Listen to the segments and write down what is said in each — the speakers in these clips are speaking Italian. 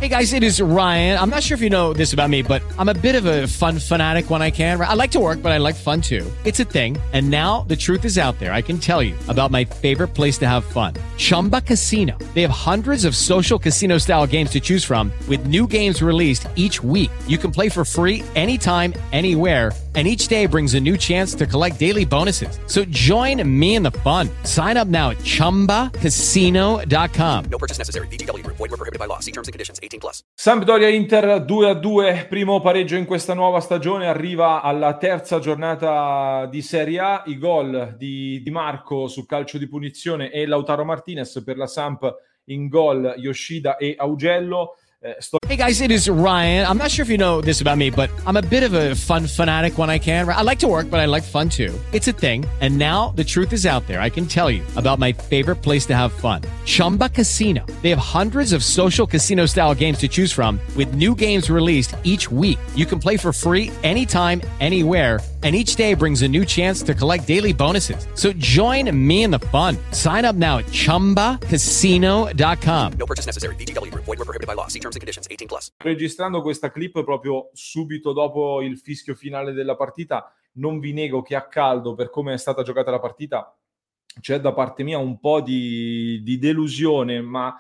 Hey guys, it is Ryan. I'm not sure if you know this about me, but I'm a bit of a fun fanatic when I can. I like to work, but I like fun too. It's a thing. And now the truth is out there. I can tell you about my favorite place to have fun. Chumba Casino. They have hundreds of social casino style games to choose from with new games released each week. You can play for free anytime, anywhere. And each day brings a new chance to collect daily bonuses. So join me in the fun. Sign up now at ChumbaCasino.com. No purchase necessary. VGW Group. Void where prohibited by law. See terms and conditions. 18+. Sampdoria-Inter 2-2, primo pareggio in questa nuova stagione, arriva alla terza giornata di Serie A, i gol di Di Marco su calcio di punizione e Lautaro Martinez, per la Samp in gol Yoshida e Augello. Hey guys, it is Ryan. I'm not sure if you know this about me, but I'm a bit of a fun fanatic when I can. I like to work, but I like fun too. It's a thing. And now the truth is out there. I can tell you about my favorite place to have fun. Chumba Casino. They have hundreds of social casino style games to choose from with new games released each week. You can play for free anytime, anywhere. And each day brings a new chance to collect daily bonuses. So join me in the fun. Sign up now at ChumbaCasino.com. No purchase necessary. VGW Group. Void where prohibited by law. See terms and conditions. 18+. Registrando questa clip proprio subito dopo il fischio finale della partita, non vi nego che a caldo, per come è stata giocata la partita, c'è da parte mia un po' di delusione, ma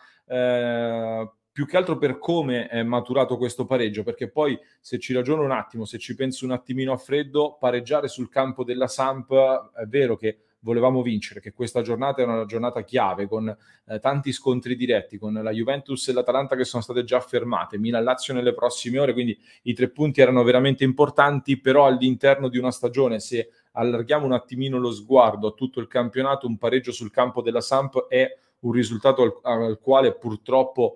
più che altro per come è maturato questo pareggio, perché poi se ci ragiono un attimo, se ci penso un attimino a freddo, pareggiare sul campo della Samp, è vero che volevamo vincere, che questa giornata è una giornata chiave, con tanti scontri diretti, con la Juventus e l'Atalanta che sono state già fermate, Milan-Lazio nelle prossime ore, quindi i 3 punti erano veramente importanti, però all'interno di una stagione, se allarghiamo un attimino lo sguardo a tutto il campionato, un pareggio sul campo della Samp è un risultato al quale purtroppo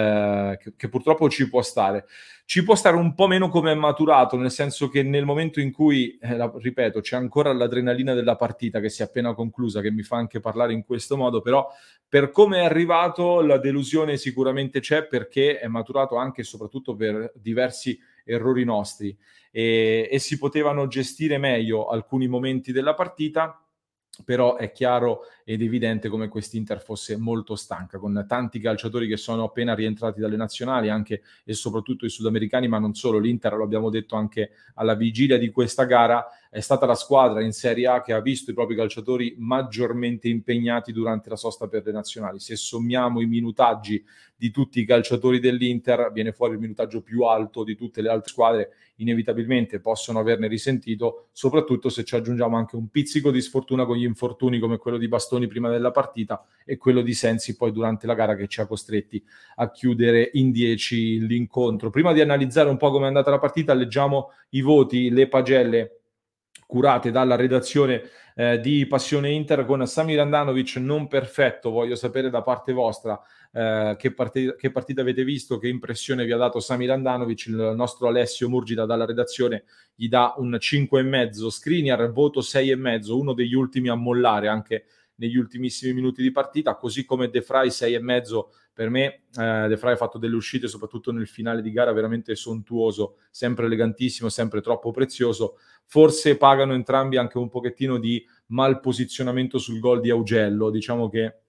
che purtroppo ci può stare un po' meno come è maturato, nel senso che nel momento in cui, ripeto, c'è ancora l'adrenalina della partita che si è appena conclusa, che mi fa anche parlare in questo modo, però per come è arrivato la delusione sicuramente c'è, perché è maturato anche e soprattutto per diversi errori nostri e si potevano gestire meglio alcuni momenti della partita. Però è chiaro ed evidente come quest'Inter fosse molto stanca, con tanti calciatori che sono appena rientrati dalle nazionali, anche e soprattutto i sudamericani, ma non solo. L'Inter, lo abbiamo detto anche alla vigilia di questa gara, è stata la squadra in Serie A che ha visto i propri calciatori maggiormente impegnati durante la sosta per le nazionali. Se sommiamo i minutaggi di tutti i calciatori dell'Inter, viene fuori il minutaggio più alto di tutte le altre squadre. Inevitabilmente possono averne risentito, soprattutto se ci aggiungiamo anche un pizzico di sfortuna con gli infortuni come quello di Bastoni prima della partita e quello di Sensi poi durante la gara, che ci ha costretti a chiudere in 10 l'incontro. Prima di analizzare un po' come è andata la partita, leggiamo i voti, le pagelle curate dalla redazione di Passione Inter, con Samir Handanovic non perfetto. Voglio sapere da parte vostra che partita avete visto, che impressione vi ha dato Samir Handanovic. Il nostro Alessio Murgida dalla redazione gli dà un 5,5, Skriniar voto 6,5, uno degli ultimi a mollare anche negli ultimissimi minuti di partita, così come De Vrij 6,5 per me. De Vrij ha fatto delle uscite soprattutto nel finale di gara veramente sontuoso, sempre elegantissimo, sempre troppo prezioso. Forse pagano entrambi anche un pochettino di malposizionamento sul gol di Augello. Diciamo che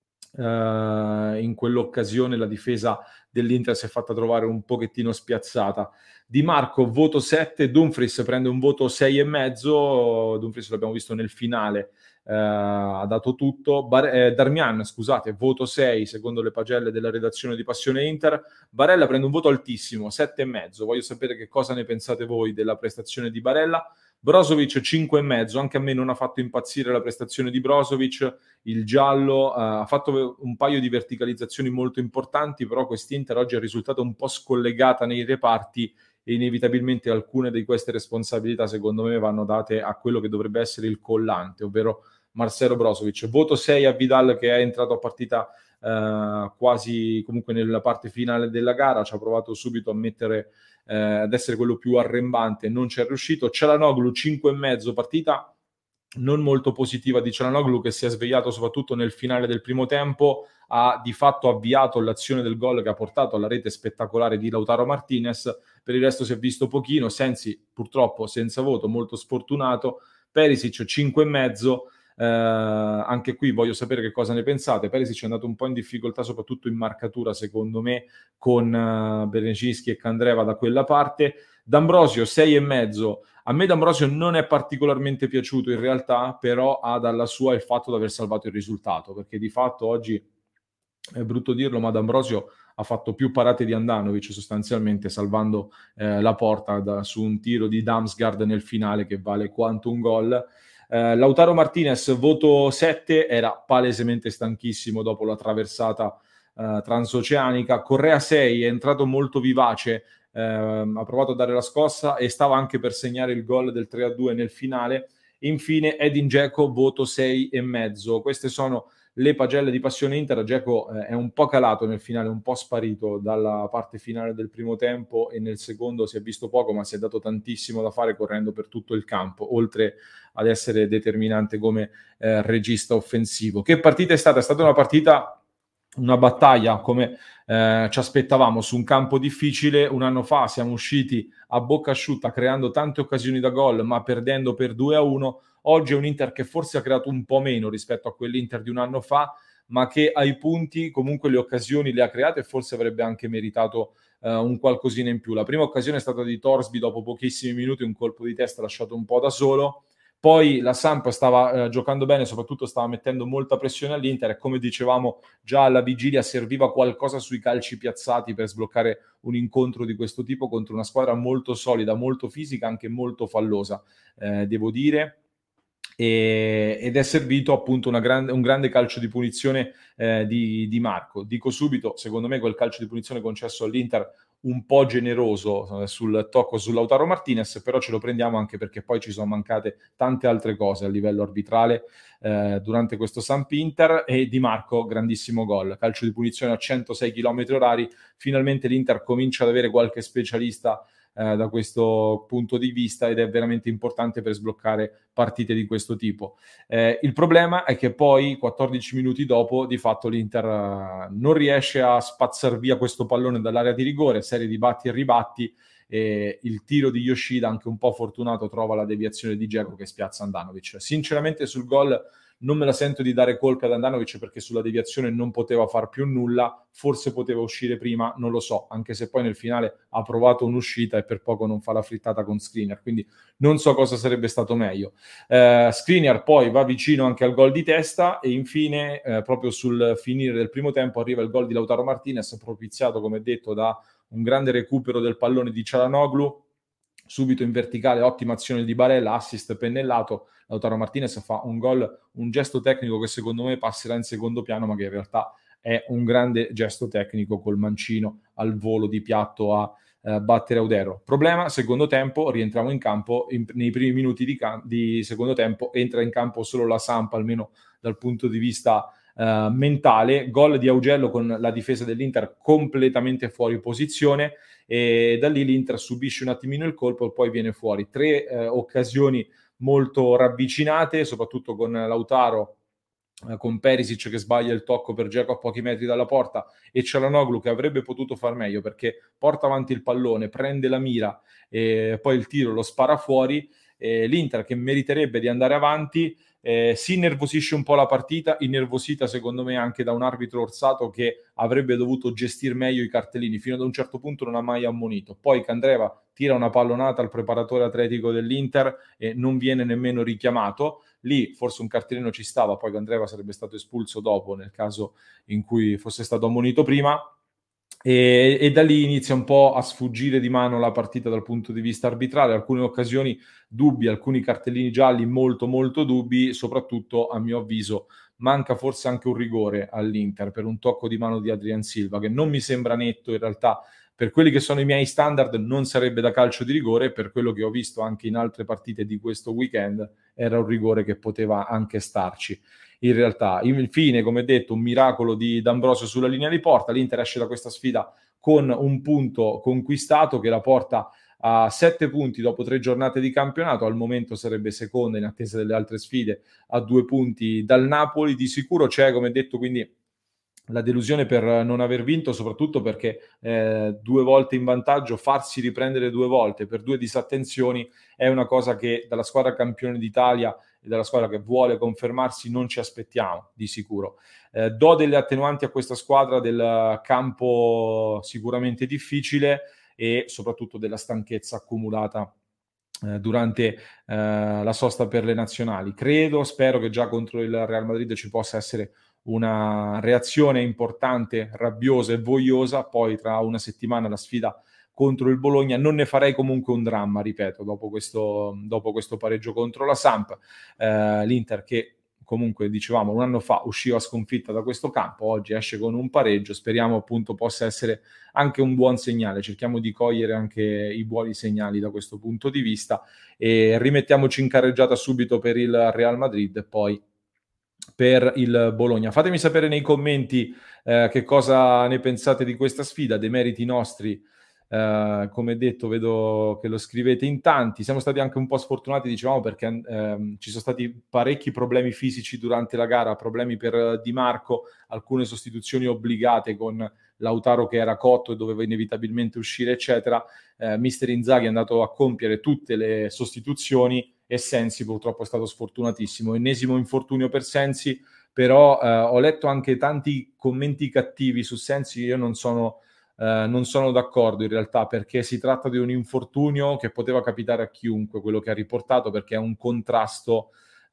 in quell'occasione la difesa dell'Inter si è fatta trovare un pochettino spiazzata. Di Marco voto 7, Dumfries prende un voto 6,5. Dumfries l'abbiamo visto nel finale, ha dato tutto. Darmian, scusate, voto 6 secondo le pagelle della redazione di Passione Inter. Barella prende un voto altissimo, 7,5. Voglio sapere che cosa ne pensate voi della prestazione di Barella. Brozovic 5,5, anche a me non ha fatto impazzire la prestazione di Brozovic, il giallo ha fatto un paio di verticalizzazioni molto importanti, però quest'Inter oggi è risultata un po' scollegata nei reparti e inevitabilmente alcune di queste responsabilità secondo me vanno date a quello che dovrebbe essere il collante, ovvero Marcelo Brozovic. Voto 6 a Vidal, che è entrato a partita quasi comunque nella parte finale della gara, ci ha provato subito a mettere ad essere quello più arrembante, non ci è riuscito. Çalhanoğlu 5,5, partita non molto positiva di Çalhanoğlu, che si è svegliato soprattutto nel finale del primo tempo, ha di fatto avviato l'azione del gol che ha portato alla rete spettacolare di Lautaro Martinez. Per il resto si è visto pochino. Sensi purtroppo senza voto, molto sfortunato. Perisic 5,5. Anche qui voglio sapere che cosa ne pensate. Perisic è andato un po' in difficoltà soprattutto in marcatura secondo me, con Berezinski e Candreva da quella parte. D'Ambrosio 6,5. A me D'Ambrosio non è particolarmente piaciuto in realtà, però ha dalla sua il fatto di aver salvato il risultato, perché di fatto oggi, è brutto dirlo, ma D'Ambrosio ha fatto più parate di Handanovic sostanzialmente, salvando la porta su un tiro di Damsgaard nel finale che vale quanto un gol. Lautaro Martinez, voto 7, era palesemente stanchissimo dopo la traversata transoceanica. Correa 6, è entrato molto vivace, ha provato a dare la scossa e stava anche per segnare il gol del 3-2 nel finale. Infine Edin Dzeko, voto 6,5. Queste sono le pagelle di passione Inter. Dzeko è un po' calato nel finale, un po' sparito dalla parte finale del primo tempo, e nel secondo si è visto poco, ma si è dato tantissimo da fare correndo per tutto il campo, oltre ad essere determinante come regista offensivo. Che partita è stata? È stata una partita, una battaglia come ci aspettavamo, su un campo difficile. Un anno fa siamo usciti a bocca asciutta creando tante occasioni da gol, ma perdendo per 2-1. Oggi è un Inter che forse ha creato un po' meno rispetto a quell'Inter di un anno fa, ma che ai punti comunque le occasioni le ha create e forse avrebbe anche meritato un qualcosina in più. La prima occasione è stata di Torsby dopo pochissimi minuti, un colpo di testa lasciato un po' da solo. Poi la Samp stava giocando bene, soprattutto stava mettendo molta pressione all'Inter, e come dicevamo già alla vigilia serviva qualcosa sui calci piazzati per sbloccare un incontro di questo tipo contro una squadra molto solida, molto fisica, anche molto fallosa, devo dire. Ed è servito appunto un grande calcio di punizione di Marco. Dico subito, secondo me quel calcio di punizione concesso all'Inter un po' generoso sul tocco su Lautaro Martinez, però ce lo prendiamo anche perché poi ci sono mancate tante altre cose a livello arbitrale durante questo Samp Inter. E Di Marco, grandissimo gol, calcio di punizione a 106 km/h. Finalmente l'Inter comincia ad avere qualche specialista da questo punto di vista, ed è veramente importante per sbloccare partite di questo tipo. Il problema è che poi 14 minuti dopo di fatto l'Inter non riesce a spazzar via questo pallone dall'area di rigore, serie di batti e ribatti, e il tiro di Yoshida, anche un po' fortunato, trova la deviazione di Dzeko che spiazza Handanovic. Sinceramente sul gol non me la sento di dare colpe ad Handanovic, perché sulla deviazione non poteva far più nulla, forse poteva uscire prima, non lo so, anche se poi nel finale ha provato un'uscita e per poco non fa la frittata con Skriniar, quindi non so cosa sarebbe stato meglio. Skriniar poi va vicino anche al gol di testa, e infine proprio sul finire del primo tempo arriva il gol di Lautaro Martinez, propiziato come detto da un grande recupero del pallone di Çalhanoğlu, subito in verticale, ottima azione di Barella, assist pennellato. Lautaro Martinez fa un gol, un gesto tecnico che secondo me passerà in secondo piano, ma che in realtà è un grande gesto tecnico col mancino al volo di piatto a battere Audero. Problema, secondo tempo, rientriamo in campo, nei primi minuti di secondo tempo entra in campo solo la Samp, almeno dal punto di vista mentale. Gol di Augello con la difesa dell'Inter completamente fuori posizione, e da lì l'Inter subisce un attimino il colpo e poi viene fuori. Tre occasioni molto ravvicinate, soprattutto con Lautaro, con Perisic che sbaglia il tocco per Dzeko a pochi metri dalla porta, e Çalhanoğlu che avrebbe potuto far meglio perché porta avanti il pallone, prende la mira e poi il tiro lo spara fuori. L'Inter, che meriterebbe di andare avanti, si innervosisce un po' la partita, innervosita secondo me anche da un arbitro Orsato che avrebbe dovuto gestire meglio i cartellini. Fino ad un certo punto non ha mai ammonito. Poi Candreva tira una pallonata al preparatore atletico dell'Inter e non viene nemmeno richiamato. Lì forse un cartellino ci stava, poi Candreva sarebbe stato espulso dopo nel caso in cui fosse stato ammonito prima. E da lì inizia un po' a sfuggire di mano la partita dal punto di vista arbitrale. Alcune occasioni dubbi, alcuni cartellini gialli molto molto dubbi, soprattutto a mio avviso manca forse anche un rigore all'Inter per un tocco di mano di Adrien Silva che non mi sembra netto. In realtà per quelli che sono i miei standard non sarebbe da calcio di rigore, per quello che ho visto anche in altre partite di questo weekend era un rigore che poteva anche starci. In realtà, infine, come detto, un miracolo di D'Ambrosio sulla linea di porta. L'Inter esce da questa sfida con un punto conquistato che la porta a 7 punti dopo 3 giornate di campionato. Al momento sarebbe seconda in attesa delle altre sfide, a 2 punti dal Napoli. Di sicuro c'è, come detto, quindi la delusione per non aver vinto, soprattutto perché 2 volte in vantaggio, farsi riprendere 2 volte per 2 disattenzioni è una cosa che dalla squadra campione d'Italia e dalla squadra che vuole confermarsi non ci aspettiamo di sicuro. Do delle attenuanti a questa squadra del campo sicuramente difficile e soprattutto della stanchezza accumulata durante la sosta per le nazionali. Spero che già contro il Real Madrid ci possa essere una reazione importante, rabbiosa e vogliosa. Poi tra una settimana la sfida contro il Bologna. Non ne farei comunque un dramma, ripeto, dopo questo pareggio contro la Samp. L'Inter che comunque dicevamo un anno fa usciva sconfitta da questo campo, oggi esce con un pareggio, speriamo appunto possa essere anche un buon segnale, cerchiamo di cogliere anche i buoni segnali da questo punto di vista e rimettiamoci in carreggiata subito per il Real Madrid e poi per il Bologna. Fatemi sapere nei commenti che cosa ne pensate di questa sfida, dei meriti nostri. Come detto, vedo che lo scrivete in tanti. Siamo stati anche un po' sfortunati, dicevamo, perché ci sono stati parecchi problemi fisici durante la gara, problemi per Di Marco, alcune sostituzioni obbligate con Lautaro che era cotto e doveva inevitabilmente uscire, eccetera. Mister Inzaghi è andato a compiere tutte le sostituzioni e Sensi purtroppo è stato sfortunatissimo. Ennesimo infortunio per Sensi, però ho letto anche tanti commenti cattivi su Sensi. Io non sono d'accordo in realtà, perché si tratta di un infortunio che poteva capitare a chiunque, quello che ha riportato, perché è un contrasto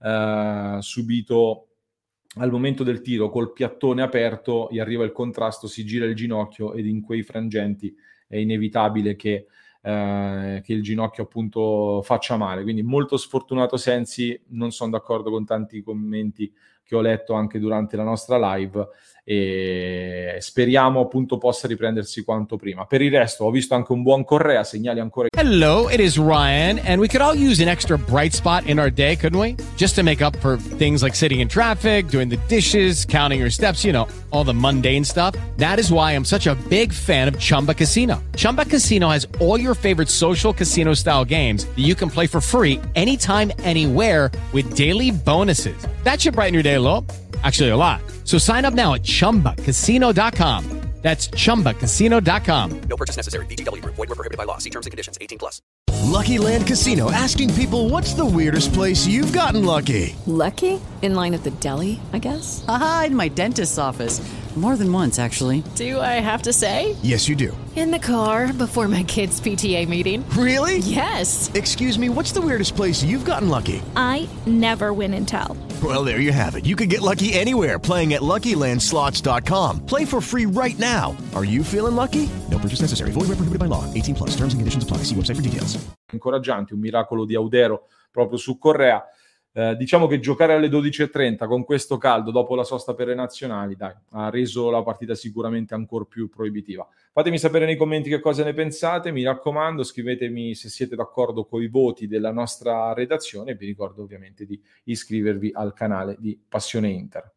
subito al momento del tiro col piattone aperto, gli arriva il contrasto, si gira il ginocchio ed in quei frangenti è inevitabile che il ginocchio appunto faccia male. Quindi molto sfortunato Sensi, non sono d'accordo con tanti commenti che ho letto anche durante la nostra live e speriamo appunto possa riprendersi quanto prima. Per il resto ho visto anche un buon Correa, segnali ancora. Hello, it is Ryan, and we could all use an extra bright spot in our day, couldn't we? Just to make up for things like sitting in traffic, doing the dishes, counting your steps, you know, all the mundane stuff. That is why I'm such a big fan of Chumba Casino. Chumba Casino has all your favorite social casino style games that you can play for free anytime, anywhere with daily bonuses. That should brighten your day a little. Actually, a lot. So sign up now at ChumbaCasino.com. That's ChumbaCasino.com. No purchase necessary. VGW Group. Void where prohibited by law. See terms and conditions. 18+. Lucky Land Casino, asking people, what's the weirdest place you've gotten lucky? Lucky? In line at the deli, I guess? Aha, in my dentist's office. More than once, actually. Do I have to say? Yes, you do. In the car before my kids' PTA meeting. Really? Yes. Excuse me, what's the weirdest place you've gotten lucky? I never win and tell. Well, there you have it. You can get lucky anywhere, playing at LuckyLandSlots.com. Play for free right now. Are you feeling lucky? No purchase necessary. Void where prohibited by law. 18+. Terms and conditions apply. See website for details. Incoraggianti, un miracolo di Audero proprio su Correa. Diciamo che giocare alle 12:30 con questo caldo dopo la sosta per le nazionali, dai, ha reso la partita sicuramente ancora più proibitiva. Fatemi sapere nei commenti che cosa ne pensate, mi raccomando, scrivetemi se siete d'accordo con i voti della nostra redazione e vi ricordo ovviamente di iscrivervi al canale di Passione Inter.